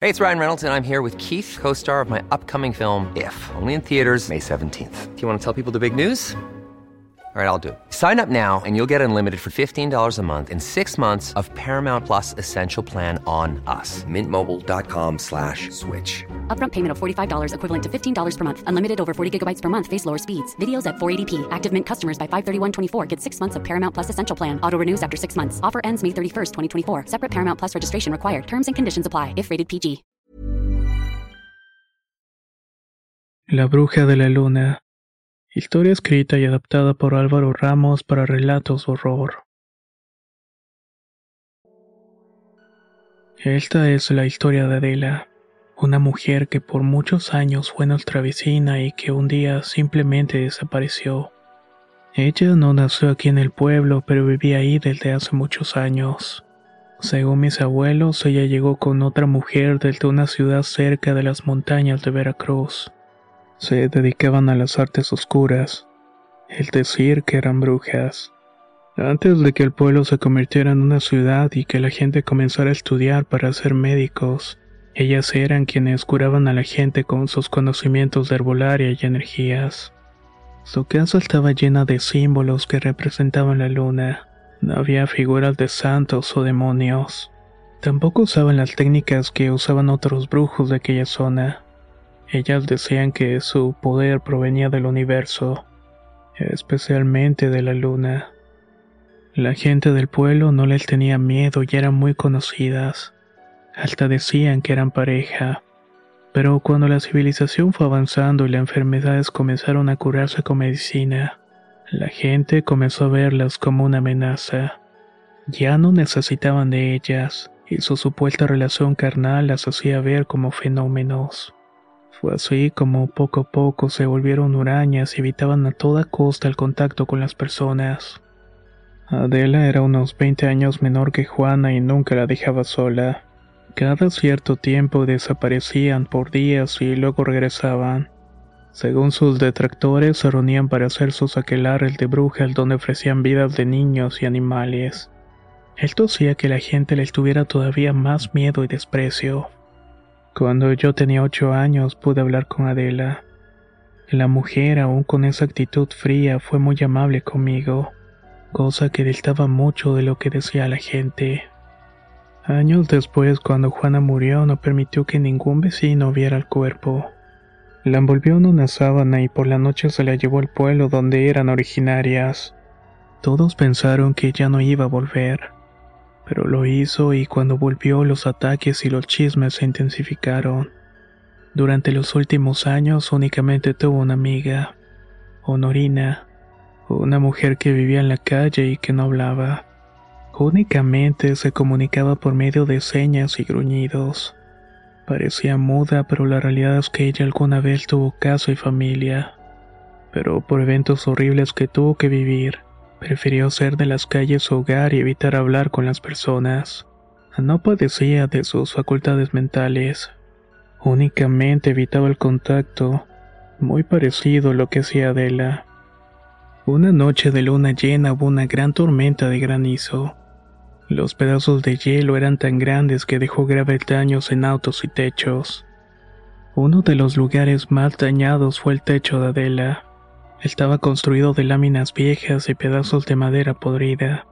Hey, it's Ryan Reynolds, and I'm here with Keith, co-star of my upcoming film, If, only in theaters May 17th. Do you want to tell people the big news? All right, I'll do it. Sign up now and you'll get unlimited for $15 a month and 6 months of Paramount Plus Essential Plan on us. MintMobile.com/switch. Upfront payment of $45 equivalent to $15 per month. Unlimited over 40 gigabytes per month. Face lower speeds. Videos at 480p. Active Mint customers by 531.24 get 6 months of Paramount Plus Essential Plan. Auto renews after 6 months. Offer ends May 31st, 2024. Separate Paramount Plus registration required. Terms and conditions apply if rated PG. La bruja de la luna. Historia escrita y adaptada por Álvaro Ramos para Relatos de Horror. Esta es la historia de Adela, una mujer que por muchos años fue nuestra vecina y que un día simplemente desapareció. Ella no nació aquí en el pueblo, pero vivía ahí desde hace muchos años. Según mis abuelos, ella llegó con otra mujer desde una ciudad cerca de las montañas de Veracruz. Se dedicaban a las artes oscuras, es decir, que eran brujas. Antes de que el pueblo se convirtiera en una ciudad y que la gente comenzara a estudiar para ser médicos, ellas eran quienes curaban a la gente con sus conocimientos de herbolaria y energías. Su casa estaba llena de símbolos que representaban la luna. No había figuras de santos o demonios. Tampoco usaban las técnicas que usaban otros brujos de aquella zona. Ellas decían que su poder provenía del universo, especialmente de la luna. La gente del pueblo no les tenía miedo y eran muy conocidas. Hasta decían que eran pareja. Pero cuando la civilización fue avanzando y las enfermedades comenzaron a curarse con medicina, la gente comenzó a verlas como una amenaza. Ya no necesitaban de ellas, y su supuesta relación carnal las hacía ver como fenómenos. Fue así como poco a poco se volvieron hurañas y evitaban a toda costa el contacto con las personas. Adela era unos 20 años menor que Juana y nunca la dejaba sola. Cada cierto tiempo desaparecían por días y luego regresaban. Según sus detractores, se reunían para hacer sus aquelarres de brujas donde ofrecían vidas de niños y animales. Esto hacía que la gente les tuviera todavía más miedo y desprecio. Cuando yo tenía 8 años pude hablar con Adela. La mujer, aún con esa actitud fría, fue muy amable conmigo, cosa que distaba mucho de lo que decía la gente. Años después, cuando Juana murió, no permitió que ningún vecino viera el cuerpo. La envolvió en una sábana y por la noche se la llevó al pueblo donde eran originarias. Todos pensaron que ya no iba a volver. Pero lo hizo y cuando volvió los ataques y los chismes se intensificaron. Durante los últimos años únicamente tuvo una amiga, Honorina, una mujer que vivía en la calle y que no hablaba. Únicamente se comunicaba por medio de señas y gruñidos. Parecía muda, pero la realidad es que ella alguna vez tuvo casa y familia. Pero por eventos horribles que tuvo que vivir, prefirió hacer de las calles su hogar y evitar hablar con las personas. No padecía de sus facultades mentales. Únicamente evitaba el contacto, muy parecido a lo que hacía Adela. Una noche de luna llena hubo una gran tormenta de granizo. Los pedazos de hielo eran tan grandes que dejó graves daños en autos y techos. Uno de los lugares más dañados fue el techo de Adela. Estaba construido de láminas viejas y pedazos de madera podrida.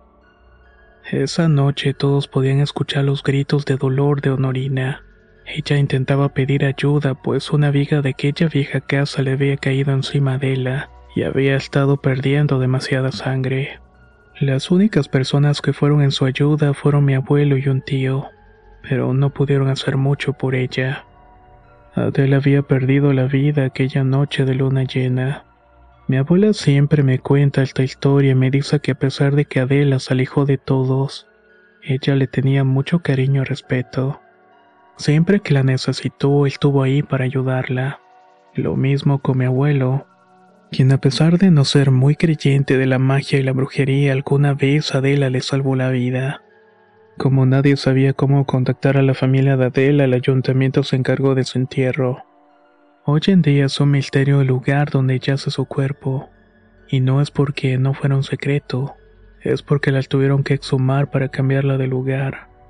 Esa noche todos podían escuchar los gritos de dolor de Honorina. Ella intentaba pedir ayuda, pues una viga de aquella vieja casa le había caído encima a Adela y había estado perdiendo demasiada sangre. Las únicas personas que fueron en su ayuda fueron mi abuelo y un tío, pero no pudieron hacer mucho por ella. Adela había perdido la vida aquella noche de luna llena. Mi abuela siempre me cuenta esta historia y me dice que a pesar de que Adela se alejó de todos, ella le tenía mucho cariño y respeto. Siempre que la necesitó, estuvo ahí para ayudarla. Lo mismo con mi abuelo, quien a pesar de no ser muy creyente de la magia y la brujería, alguna vez Adela le salvó la vida. Como nadie sabía cómo contactar a la familia de Adela, el ayuntamiento se encargó de su entierro. Hoy en día es un misterio el lugar donde yace su cuerpo, y no es porque no fuera un secreto, es porque la tuvieron que exhumar para cambiarla de lugar.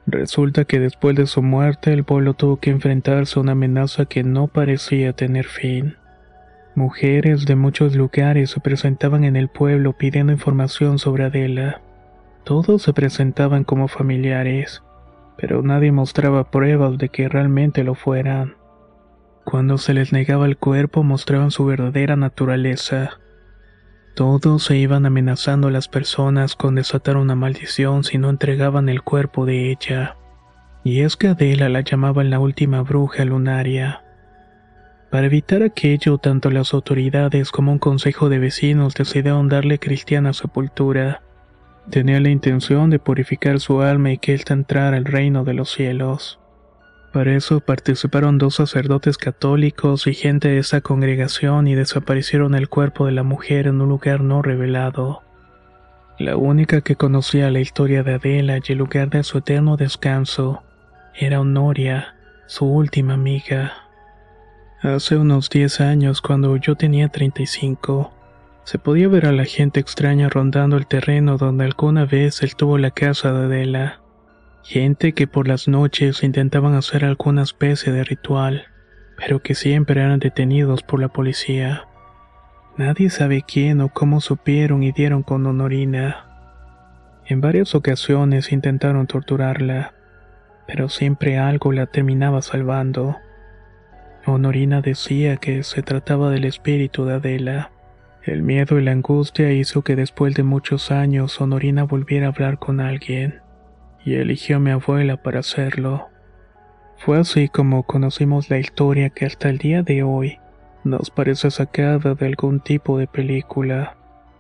Resulta que después de su muerte el pueblo tuvo que enfrentarse a una amenaza que no parecía tener fin. Mujeres de muchos lugares se presentaban en el pueblo pidiendo información sobre Adela. Todos se presentaban como familiares, pero nadie mostraba pruebas de que realmente lo fueran. Cuando se les negaba el cuerpo mostraban su verdadera naturaleza. Todos se iban amenazando a las personas con desatar una maldición si no entregaban el cuerpo de ella. Y es que Adela la llamaban la última bruja lunaria. Para evitar aquello, tanto las autoridades como un consejo de vecinos decidieron darle cristiana sepultura. Tenía la intención de purificar su alma y que ésta entrara al reino de los cielos. Para eso participaron 2 sacerdotes católicos y gente de esa congregación y desaparecieron el cuerpo de la mujer en un lugar no revelado. La única que conocía la historia de Adela y el lugar de su eterno descanso era Honoria, su última amiga. Hace unos 10 años, cuando yo tenía 35, se podía ver a la gente extraña rondando el terreno donde alguna vez él tuvo la casa de Adela. Gente que por las noches intentaban hacer alguna especie de ritual, pero que siempre eran detenidos por la policía. Nadie sabe quién o cómo supieron y dieron con Honorina. En varias ocasiones intentaron torturarla, pero siempre algo la terminaba salvando. Honorina decía que se trataba del espíritu de Adela. El miedo y la angustia hizo que después de muchos años Honorina volviera a hablar con alguien. Y eligió a mi abuela para hacerlo. Fue así como conocimos la historia que hasta el día de hoy nos parece sacada de algún tipo de película.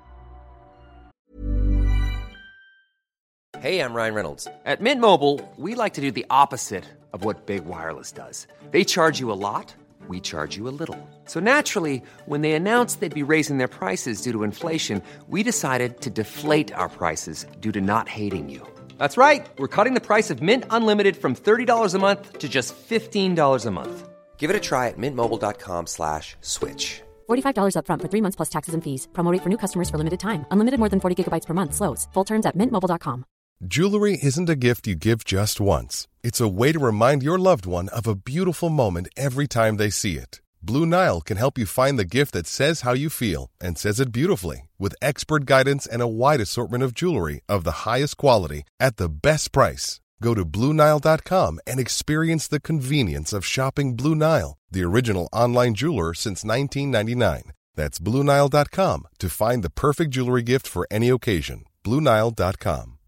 Hey, I'm Ryan Reynolds. At Mint Mobile, we like to do the opposite of what Big Wireless does. They charge you a lot, we charge you a little. So naturally, when they announced they'd be raising their prices due to inflation, we decided to deflate our prices due to not hating you. That's right. We're cutting the price of Mint Unlimited from $30 a month to just $15 a month. Give it a try at mintmobile.com/switch. $45 up front for 3 months plus taxes and fees. Promo rate for new customers for limited time. Unlimited more than 40 gigabytes per month. Slows full terms at mintmobile.com. Jewelry isn't a gift you give just once. It's a way to remind your loved one of a beautiful moment every time they see it. Blue Nile can help you find the gift that says how you feel and says it beautifully, with expert guidance and a wide assortment of jewelry of the highest quality at the best price. Go to BlueNile.com and experience the convenience of shopping Blue Nile, the original online jeweler since 1999. That's BlueNile.com to find the perfect jewelry gift for any occasion. BlueNile.com.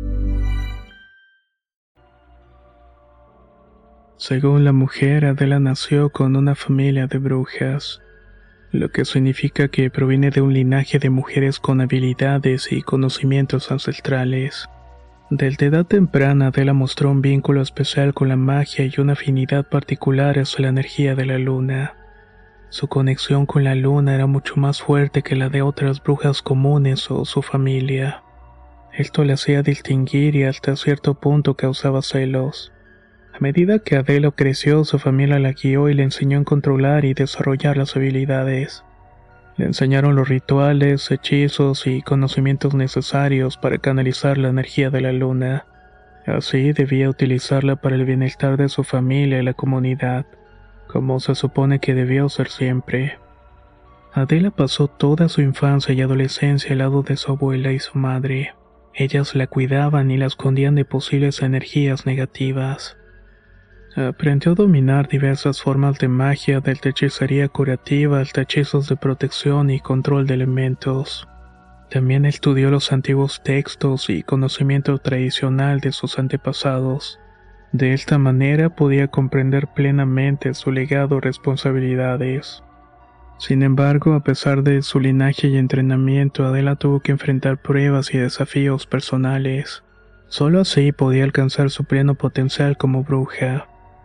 Según la mujer, Adela nació con una familia de brujas, lo que significa que proviene de un linaje de mujeres con habilidades y conocimientos ancestrales. Desde edad temprana, Adela mostró un vínculo especial con la magia y una afinidad particular hacia la energía de la luna. Su conexión con la luna era mucho más fuerte que la de otras brujas comunes o su familia. Esto la hacía distinguir y hasta cierto punto causaba celos. A medida que Adela creció, su familia la guió y le enseñó a controlar y desarrollar las habilidades. Le enseñaron los rituales, hechizos y conocimientos necesarios para canalizar la energía de la luna. Así debía utilizarla para el bienestar de su familia y la comunidad, como se supone que debió ser siempre. Adela pasó toda su infancia y adolescencia al lado de su abuela y su madre. Ellas la cuidaban y la escondían de posibles energías negativas. Aprendió a dominar diversas formas de magia, desde hechicería curativa hasta hechizos de protección y control de elementos. También estudió los antiguos textos y conocimiento tradicional de sus antepasados. De esta manera podía comprender plenamente su legado y responsabilidades. Sin embargo, a pesar de su linaje y entrenamiento, Adela tuvo que enfrentar pruebas y desafíos personales. Solo así podía alcanzar su pleno potencial como bruja.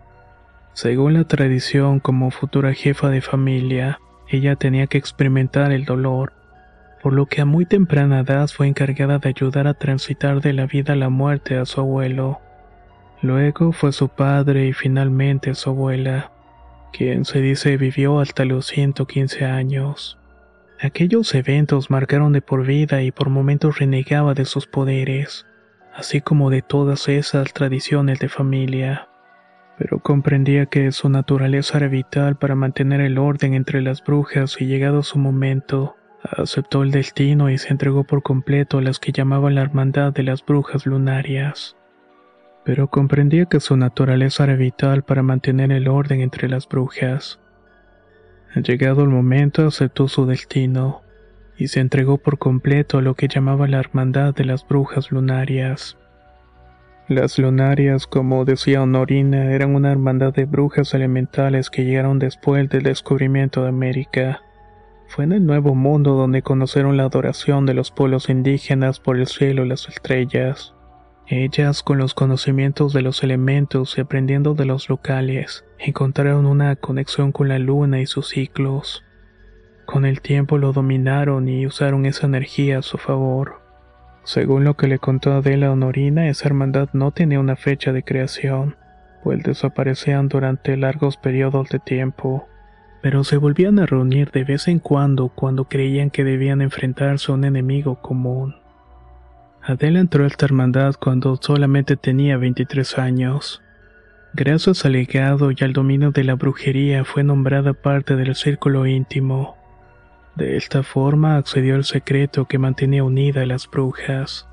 Según la tradición, como futura jefa de familia, ella tenía que experimentar el dolor, por lo que a muy temprana edad fue encargada de ayudar a transitar de la vida a la muerte a su abuelo. Luego fue su padre y finalmente su abuela, quien se dice vivió hasta los 115 años. Aquellos eventos marcaron de por vida y por momentos renegaba de sus poderes. así como de todas esas tradiciones de familia. Pero comprendía que su naturaleza era vital para mantener el orden entre las brujas y llegado su momento, aceptó el destino y se entregó por completo a las que llamaban la Hermandad de las Brujas Lunarias. Pero comprendía que su naturaleza era vital para mantener el orden entre las brujas. Llegado el momento, aceptó su destino y se entregó por completo a lo que llamaba la Hermandad de las Brujas Lunarias. Las Lunarias, como decía Honorina, eran una hermandad de brujas elementales que llegaron después del descubrimiento de América. Fue en el Nuevo Mundo donde conocieron la adoración de los pueblos indígenas por el cielo y las estrellas. Ellas, con los conocimientos de los elementos y aprendiendo de los locales, encontraron una conexión con la luna y sus ciclos. Con el tiempo lo dominaron y usaron esa energía a su favor. Según lo que le contó Adela a Honorina, esa hermandad no tenía una fecha de creación, pues desaparecían durante largos periodos de tiempo, pero se volvían a reunir de vez en cuando creían que debían enfrentarse a un enemigo común. Adela entró a esta hermandad cuando solamente tenía 23 años. Gracias al legado y al dominio de la brujería fue nombrada parte del círculo íntimo. De esta forma accedió al secreto que mantenía unida a las brujas.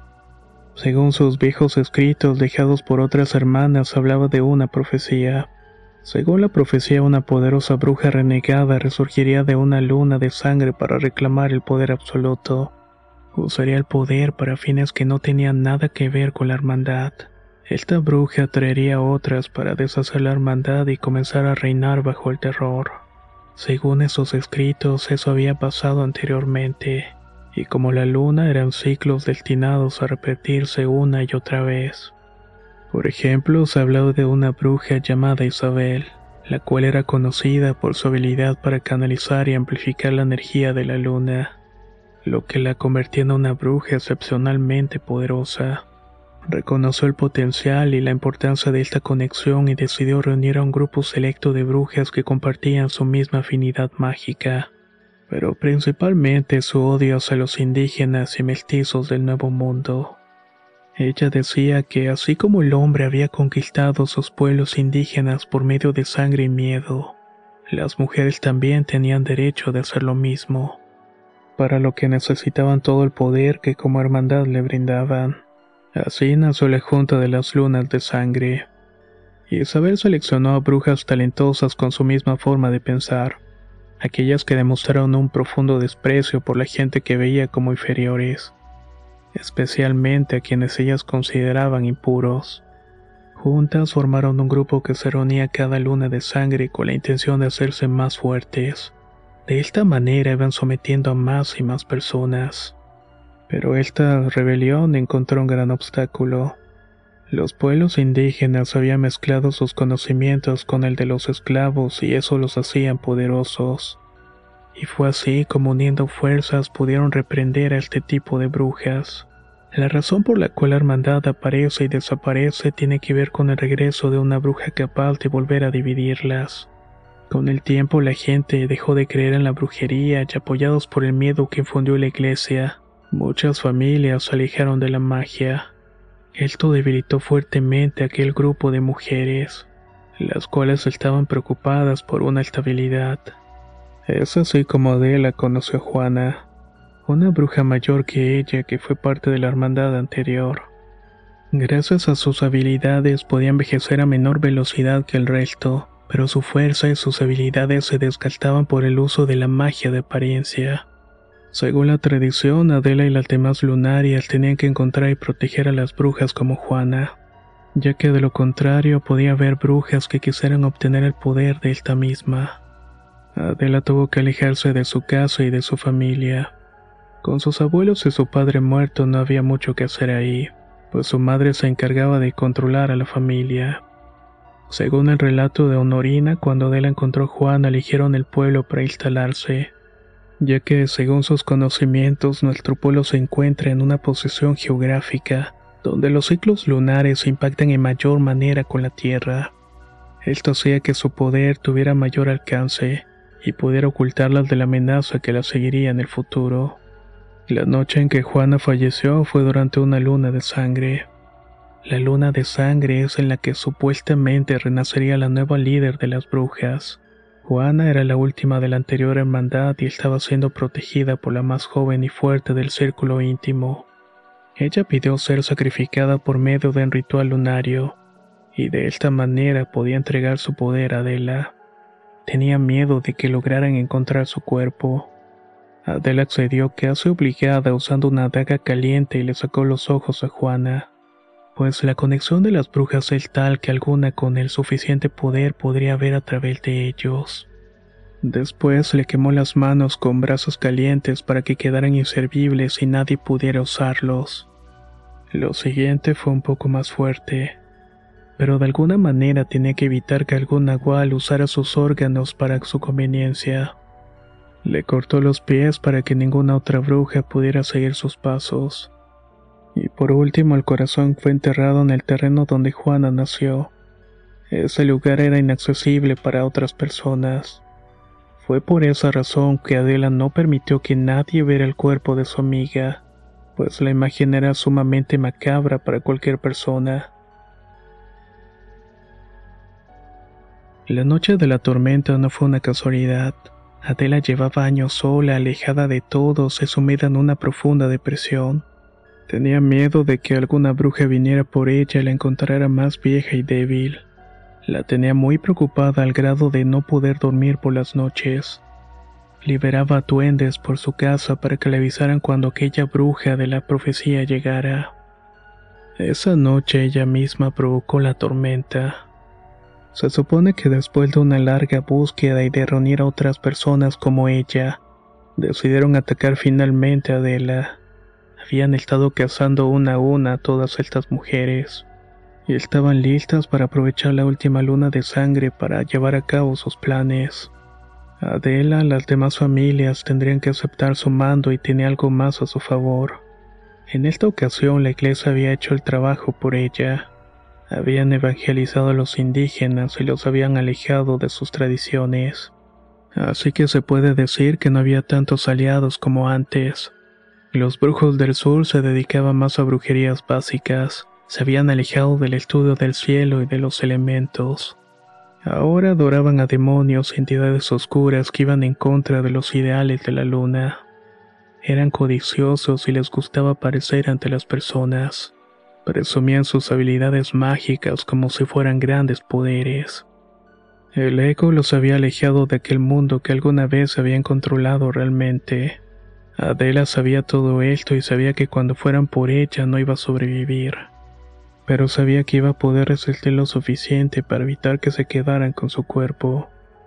Según sus viejos escritos dejados por otras hermanas, hablaba de una profecía. Según la profecía, una poderosa bruja renegada resurgiría de una luna de sangre para reclamar el poder absoluto. Usaría el poder para fines que no tenían nada que ver con la hermandad. Esta bruja traería a otras para deshacer la hermandad y comenzar a reinar bajo el terror. Según esos escritos, eso había pasado anteriormente, y como la luna eran ciclos destinados a repetirse una y otra vez. Por ejemplo, se habló de una bruja llamada Isabel, la cual era conocida por su habilidad para canalizar y amplificar la energía de la luna, lo que la convertía en una bruja excepcionalmente poderosa. Reconoció el potencial y la importancia de esta conexión y decidió reunir a un grupo selecto de brujas que compartían su misma afinidad mágica, pero principalmente su odio hacia los indígenas y mestizos del Nuevo Mundo. Ella decía que así como el hombre había conquistado sus pueblos indígenas por medio de sangre y miedo, las mujeres también tenían derecho de hacer lo mismo, para lo que necesitaban todo el poder que como hermandad le brindaban. Así nació la Junta de las Lunas de Sangre. Isabel seleccionó a brujas talentosas con su misma forma de pensar, aquellas que demostraron un profundo desprecio por la gente que veía como inferiores, especialmente a quienes ellas consideraban impuros. Juntas formaron un grupo que se reunía cada luna de sangre con la intención de hacerse más fuertes. De esta manera iban sometiendo a más y más personas. Pero esta rebelión encontró un gran obstáculo. Los pueblos indígenas habían mezclado sus conocimientos con el de los esclavos y eso los hacían poderosos. Y fue así como uniendo fuerzas pudieron reprender a este tipo de brujas. La razón por la cual la hermandad aparece y desaparece tiene que ver con el regreso de una bruja capaz de volver a dividirlas. Con el tiempo la gente dejó de creer en la brujería y apoyados por el miedo que infundió la iglesia, muchas familias se alejaron de la magia. Esto debilitó fuertemente a aquel grupo de mujeres, las cuales estaban preocupadas por una estabilidad. Es así como Adela conoció a Juana, una bruja mayor que ella que fue parte de la hermandad anterior. Gracias a sus habilidades podía envejecer a menor velocidad que el resto, pero su fuerza y sus habilidades se desgastaban por el uso de la magia de apariencia. Según la tradición, Adela y las demás lunarias tenían que encontrar y proteger a las brujas como Juana, ya que de lo contrario podía haber brujas que quisieran obtener el poder de esta misma. Adela tuvo que alejarse de su casa y de su familia. Con sus abuelos y su padre muerto no había mucho que hacer ahí, pues su madre se encargaba de controlar a la familia. Según el relato de Honorina, cuando Adela encontró a Juana eligieron el pueblo para instalarse, ya que según sus conocimientos nuestro pueblo se encuentra en una posición geográfica donde los ciclos lunares impactan en mayor manera con la Tierra. Esto hacía que su poder tuviera mayor alcance y pudiera ocultarlas de la amenaza que la seguiría en el futuro. La noche en que Juana falleció fue durante una luna de sangre. La luna de sangre es en la que supuestamente renacería la nueva líder de las brujas. Juana era la última de la anterior hermandad y estaba siendo protegida por la más joven y fuerte del círculo íntimo. Ella pidió ser sacrificada por medio de un ritual lunario, y de esta manera podía entregar su poder a Adela. Tenía miedo de que lograran encontrar su cuerpo. Adela accedió casi obligada usando una daga caliente y le sacó los ojos a Juana, pues la conexión de las brujas es tal que alguna con el suficiente poder podría ver a través de ellos. Después le quemó las manos con brasas calientes para que quedaran inservibles y nadie pudiera usarlos. Lo siguiente fue un poco más fuerte, pero de alguna manera tenía que evitar que algún nahual usara sus órganos para su conveniencia. Le cortó los pies para que ninguna otra bruja pudiera seguir sus pasos. Y por último el corazón fue enterrado en el terreno donde Juana nació. Ese lugar era inaccesible para otras personas. Fue por esa razón que Adela no permitió que nadie viera el cuerpo de su amiga, pues la imagen era sumamente macabra para cualquier persona. La noche de la tormenta no fue una casualidad. Adela llevaba años sola, alejada de todos y sumida en una profunda depresión. Tenía miedo de que alguna bruja viniera por ella y la encontrara más vieja y débil. La tenía muy preocupada al grado de no poder dormir por las noches. Liberaba duendes por su casa para que le avisaran cuando aquella bruja de la profecía llegara. Esa noche ella misma provocó la tormenta. Se supone que después de una larga búsqueda y de reunir a otras personas como ella, decidieron atacar finalmente a Adela. Habían estado cazando una a una a todas estas mujeres, y estaban listas para aprovechar la última luna de sangre para llevar a cabo sus planes. Adela y las demás familias tendrían que aceptar su mando y tenía algo más a su favor. En esta ocasión la iglesia había hecho el trabajo por ella. Habían evangelizado a los indígenas y los habían alejado de sus tradiciones. Así que se puede decir que no había tantos aliados como antes. Los brujos del sur se dedicaban más a brujerías básicas, se habían alejado del estudio del cielo y de los elementos. Ahora adoraban a demonios y entidades oscuras que iban en contra de los ideales de la luna. Eran codiciosos y les gustaba aparecer ante las personas. Presumían sus habilidades mágicas como si fueran grandes poderes. El ego los había alejado de aquel mundo que alguna vez habían controlado realmente. Adela sabía todo esto y sabía que cuando fueran por ella no iba a sobrevivir. Pero sabía que iba a poder resistir lo suficiente para evitar que se quedaran con su cuerpo.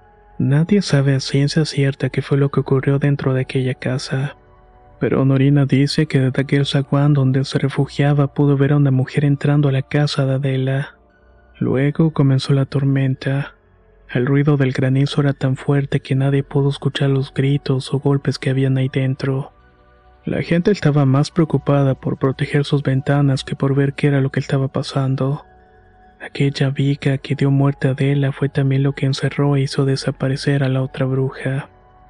Nadie sabe a ciencia cierta qué fue lo que ocurrió dentro de aquella casa. Pero Norina dice que desde aquel zaguán donde se refugiaba pudo ver a una mujer entrando a la casa de Adela. Luego comenzó la tormenta. El ruido del granizo era tan fuerte que nadie pudo escuchar los gritos o golpes que habían ahí dentro. La gente estaba más preocupada por proteger sus ventanas que por ver qué era lo que estaba pasando. Aquella viga que dio muerte a Adela fue también lo que encerró e hizo desaparecer a la otra bruja.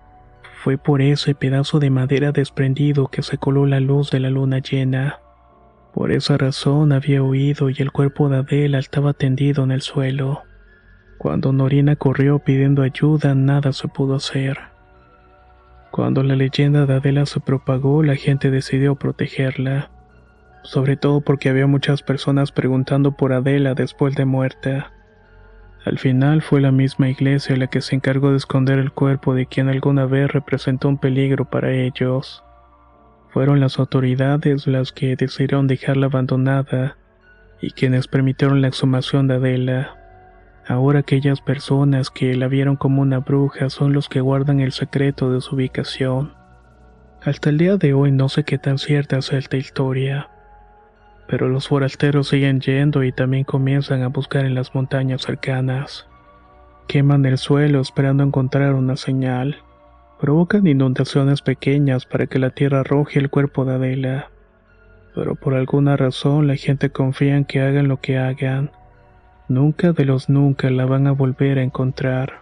Fue por ese pedazo de madera desprendido que se coló la luz de la luna llena. Por esa razón había huido y el cuerpo de Adela estaba tendido en el suelo. Cuando Norina corrió pidiendo ayuda, nada se pudo hacer. Cuando la leyenda de Adela se propagó, la gente decidió protegerla. Sobre todo porque había muchas personas preguntando por Adela después de muerta. Al final fue la misma iglesia la que se encargó de esconder el cuerpo de quien alguna vez representó un peligro para ellos. Fueron las autoridades las que decidieron dejarla abandonada y quienes permitieron la exhumación de Adela. Ahora aquellas personas que la vieron como una bruja son los que guardan el secreto de su ubicación. Hasta el día de hoy no sé qué tan cierta es esta historia, pero los forasteros siguen yendo y también comienzan a buscar en las montañas cercanas. Queman el suelo esperando encontrar una señal. Provocan inundaciones pequeñas para que la tierra arroje el cuerpo de Adela. Pero por alguna razón la gente confía en que hagan lo que hagan. Nunca de los nunca la van a volver a encontrar.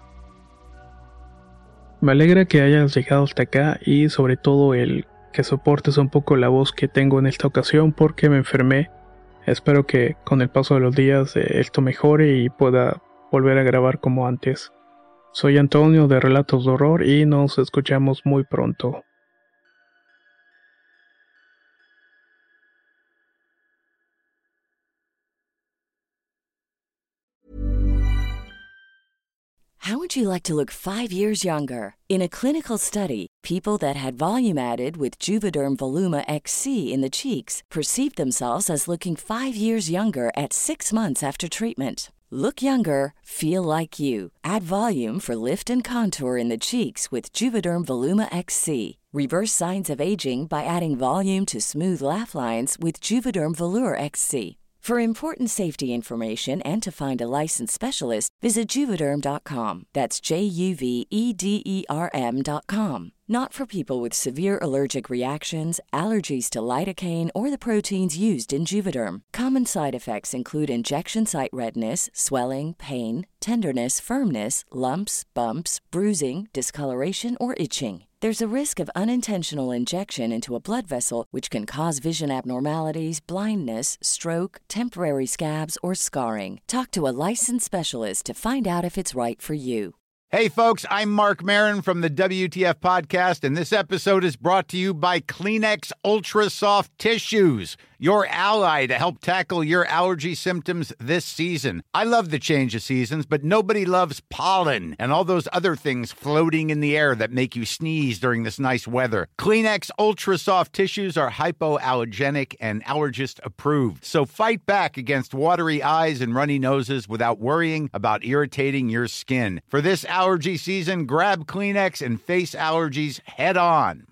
Me alegra que hayas llegado hasta acá y sobre todo el que soportes un poco la voz que tengo en esta ocasión porque me enfermé Espero que con el paso de los días esto mejore y pueda volver a grabar como antes. Soy Antonio de Relatos de Horror y nos escuchamos muy pronto. How would you like to look 5 years younger? In a clinical study, people that had volume added with Juvederm Voluma XC in the cheeks perceived themselves as looking 5 years younger at 6 months after treatment. Look younger, feel like you. Add volume for lift and contour in the cheeks with Juvederm Voluma XC. Reverse signs of aging by adding volume to smooth laugh lines with Juvederm Volure XC. For important safety information and to find a licensed specialist, visit Juvederm.com. That's JUVEDERM.com. Not for people with severe allergic reactions, allergies to lidocaine, or the proteins used in Juvederm. Common side effects include injection site redness, swelling, pain, tenderness, firmness, lumps, bumps, bruising, discoloration, or itching. There's a risk of unintentional injection into a blood vessel, which can cause vision abnormalities, blindness, stroke, temporary scabs, or scarring. Talk to a licensed specialist to find out if it's right for you. Hey, folks, I'm Mark Maron from the WTF Podcast, and this episode is brought to you by Kleenex Ultra Soft Tissues, your ally to help tackle your allergy symptoms this season. I love the change of seasons, but nobody loves pollen and all those other things floating in the air that make you sneeze during this nice weather. Kleenex Ultra Soft Tissues are hypoallergenic and allergist approved, so fight back against watery eyes and runny noses without worrying about irritating your skin. For this allergy season, grab Kleenex and face allergies head on.